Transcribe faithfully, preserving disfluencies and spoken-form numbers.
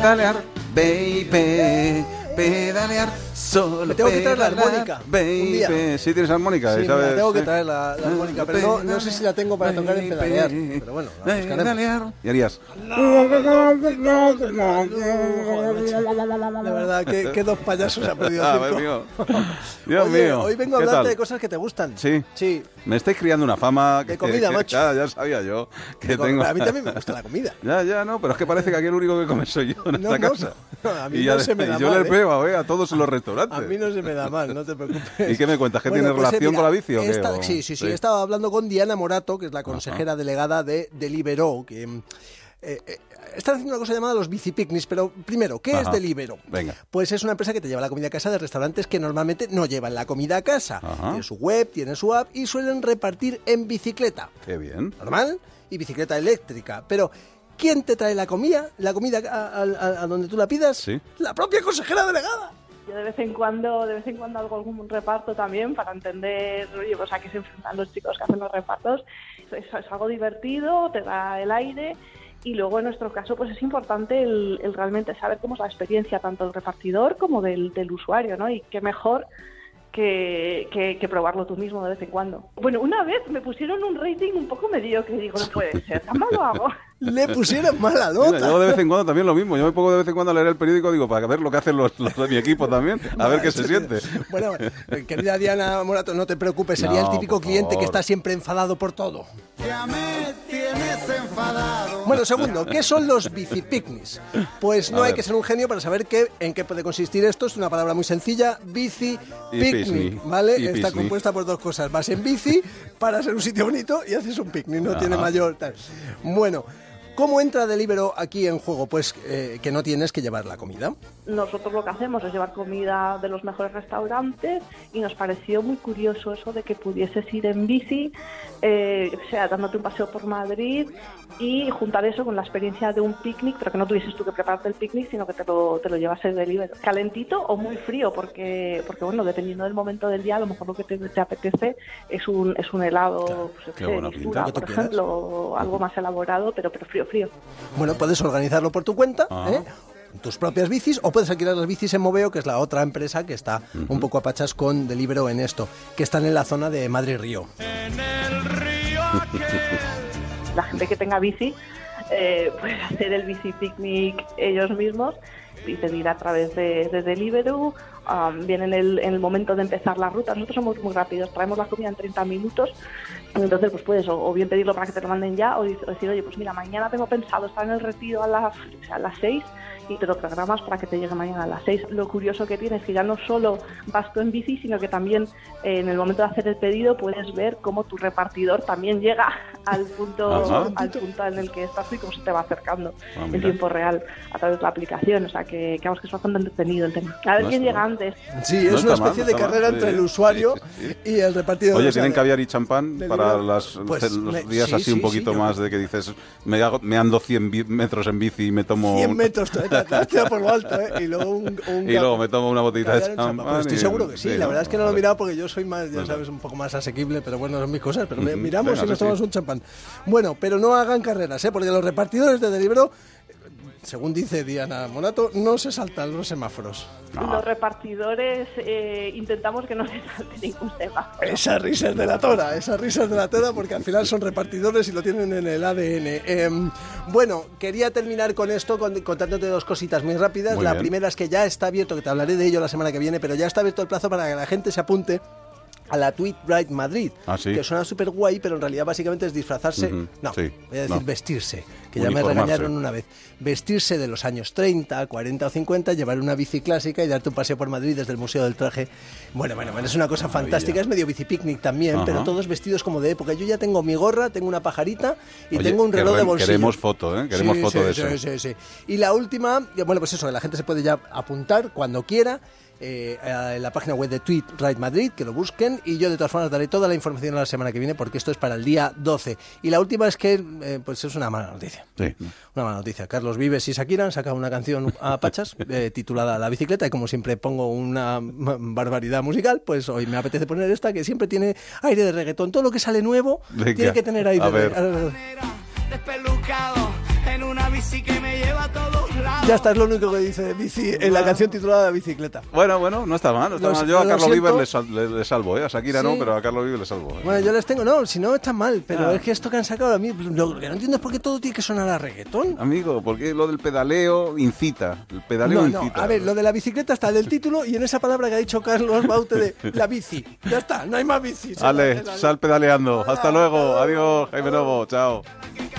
pedalear, baby, pedalear, solo me tengo que traer la pedalear, armónica, baby. un día. ¿Sí tienes armónica? Sí, ¿sabes? me la tengo que ¿Eh? traer la, la armónica, pero no, no sé si la tengo para tocar en pedalear. Pero bueno, la buscaremos. Pedalear. Y harías. De verdad, que, que dos payasos se ha perdido Ah, circo. Dios mío. Dios Oye, mío. hoy vengo a ¿Qué hablarte tal? de cosas que te gustan. Sí. Sí. Me estáis criando una fama De que, comida, que- macho. Ya, ya sabía yo que De com- tengo. A mí también me gusta la comida. Ya, ya, no, pero es que parece que aquí el único que come soy yo en No, esta no, casa. no, a mí y no ya- se me da y yo mal, le ¿eh? pego eh, a todos en los restaurantes. A mí no se me da mal, no te preocupes. ¿Y qué me cuentas? ¿Que Bueno, tiene pues, eh, relación mira, con la bici o qué? esta- ¿O? Sí, sí, sí, Sí. He estado hablando con Diana Morato, que es la consejera Ajá. delegada de Deliveroo, que eh, eh, están haciendo una cosa llamada los bicipicnics, pero primero, ¿qué Ajá. es Deliveroo? Venga. Pues es una empresa que te lleva la comida a casa de restaurantes que normalmente no llevan la comida a casa. Ajá. Tiene su web, tiene su app y suelen repartir en bicicleta. Qué bien. Normal y bicicleta eléctrica, pero ¿quién te trae la comida? ¿La comida a, a- a donde tú la pidas? Sí. La propia consejera delegada. Yo de vez en cuando, de vez en cuando hago algún reparto también para entender, oye, pues a qué se enfrentan los chicos que hacen los repartos. Es, es algo divertido, te da el aire y luego en nuestro caso pues es importante el, el realmente saber cómo es la experiencia tanto del repartidor como del, del usuario, ¿no? Y qué mejor que, que, que probarlo tú mismo de vez en cuando. Bueno, una vez me pusieron un rating un poco mediocre y digo, no puede ser, tan mal lo hago. Le pusieron mala Mira, nota. yo de vez en cuando también lo mismo. Yo me pongo de vez en cuando a leer el periódico, digo, para ver lo que hacen los, los de mi equipo también, a ver qué se siente. Bueno, querida Diana Morato, no te preocupes, sería No, el típico por cliente favor. que está siempre enfadado por todo. Ya me tienes enfadado. Bueno, segundo, ¿qué son los bicipicnics? Pues no A hay ver. que ser un genio para saber qué, en qué puede consistir esto. Es una palabra muy sencilla, bici Y picnic, picnic. ¿vale? Y Está picnic. compuesta por dos cosas. Vas en bici para ser un sitio bonito y haces un picnic, no Ajá. tiene mayor tal. Bueno, ¿cómo entra Deliveroo aquí en juego? Pues eh, que no tienes que llevar la comida. Nosotros lo que hacemos es llevar comida de los mejores restaurantes y nos pareció muy curioso eso de que pudieses ir en bici, eh, o sea, dándote un paseo por Madrid y juntar eso con la experiencia de un picnic, pero que no tuvieses tú que prepararte el picnic, sino que te lo, te lo llevas en Deliveroo. Calentito o muy frío, porque, porque bueno, dependiendo del momento del día, a lo mejor lo que te, te apetece es un, es un helado, pues, yo Qué qué sé, buena Mistura, pinta. Lo que por tú ejemplo, o algo más elaborado, pero, pero frío, frío. Bueno, puedes organizarlo por tu cuenta, Ajá. ¿eh? Tus propias bicis, o puedes alquilar las bicis en Moveo, que es la otra empresa que está un poco a pachas con Deliveroo en esto, que están en la zona de Madrid-Río. La gente que tenga bici eh, puede hacer el bici picnic ellos mismos y pedir a través de, de Deliveroo. Um, bien en el, en el momento de empezar la ruta, nosotros somos muy rápidos, traemos la comida en treinta minutos, entonces pues puedes o, o bien pedirlo para que te lo manden ya o, di- o decir, oye, pues mira, mañana tengo pensado estar en el Retiro a las, o sea, a las seis y te lo programas para que te llegue mañana a las seis. Lo curioso que tiene es que ya no solo vas tú en bici, sino que también eh, en el momento de hacer el pedido puedes ver cómo tu repartidor también llega al punto, Ajá. al punto en el que estás y cómo se te va acercando Ah, en mira. tiempo real a través de la aplicación. O sea, que, que, vamos, que es bastante entretenido el tema. A ver No quién está llega mal. antes. Sí, No es una está mal, especie no de está mal, carrera sí, entre el sí, usuario sí, sí. y el repartidor. Oye, O sea, ¿tienen de- caviar y champán de para libro? las, Pues, los me- días sí, así un sí, poquito sí, yo- más de que dices, me, hago, me ando cien bi- metros en bici y me tomo... cien un- metros, te te has tirado por lo alto, ¿eh? Y luego un, un Y luego me tomo una botellita de caviar en champán. champán. Pues estoy y- seguro que sí, la ¿no? verdad es que no lo he Vale. mirado porque yo soy más, ya Bueno. sabes, un poco más asequible, pero bueno, son mis cosas, pero me- Ujú. miramos Venga, y nos sí, tomamos sí. un champán. Bueno, pero no hagan carreras, ¿eh? Porque los repartidores de Deliveroo, según dice Diana Monato, no se saltan los semáforos. No. Los repartidores eh, intentamos que no se salte ningún semáforo. Esas risas de la tora, esas risas de la tora, porque al final son repartidores y lo tienen en el A D N. Eh, bueno, quería terminar con esto con- contándote dos cositas muy rápidas. Muy la bien. primera es que ya está abierto, que te hablaré de ello la semana que viene, pero ya está abierto el plazo para que la gente se apunte a la Tweet Ride Madrid, Ah, ¿sí? que suena súper guay, pero en realidad básicamente es disfrazarse, Ujú, no, sí, voy a decir no. vestirse, que ya me Uniformarse. regañaron una vez, vestirse de los años treinta, cuarenta o cincuenta, llevar una bici clásica y darte un paseo por Madrid desde el Museo del Traje. Bueno, bueno, bueno, es una cosa fantástica, es medio bicipicnic también, Ajá. pero todos vestidos como de época. Yo ya tengo mi gorra, tengo una pajarita y Oye, tengo un reloj querem- de bolsillo. Queremos foto, ¿eh? Queremos Sí, foto sí, de sí, eso. sí, sí. Y la última, bueno, pues eso, que la gente se puede ya apuntar cuando quiera. Eh, en la página web de Tweet Ride Madrid, que lo busquen, y yo de todas formas daré toda la información la semana que viene porque esto es para el día doce. Y la última es que eh, pues es una mala noticia. Sí. Una mala noticia. Carlos Vives y Shakira han sacado una canción a pachas eh, titulada La bicicleta, y como siempre pongo una barbaridad musical, pues hoy me apetece poner esta que siempre tiene aire de reggaetón. Todo lo que sale nuevo Venga, tiene que tener aire a de ver. reggaetón. Despelucado en una bici que me lleva a todos lados. Ya está, es lo único que dice de bici en la canción titulada Bicicleta. Bueno, bueno, no está mal, no está Lo- mal. Yo a lo Carlos siento. Vives le, sal- le- le salvo, ¿eh? A Shakira Sí. no, pero a Carlos Vives le salvo. ¿eh? Bueno, yo les tengo, no, si no está mal, pero Ah. es que esto que han sacado a mí, lo que no entiendo es por qué todo tiene que sonar a reggaetón. Amigo, porque lo del pedaleo incita. El pedaleo No, no, incita. a ver, lo de la bicicleta está del título y en esa palabra que ha dicho Carlos Baute de la bici. Ya está, no hay más bici. Ale, sal pedaleando. Hasta luego. Adiós, Jaime Novo. Chao.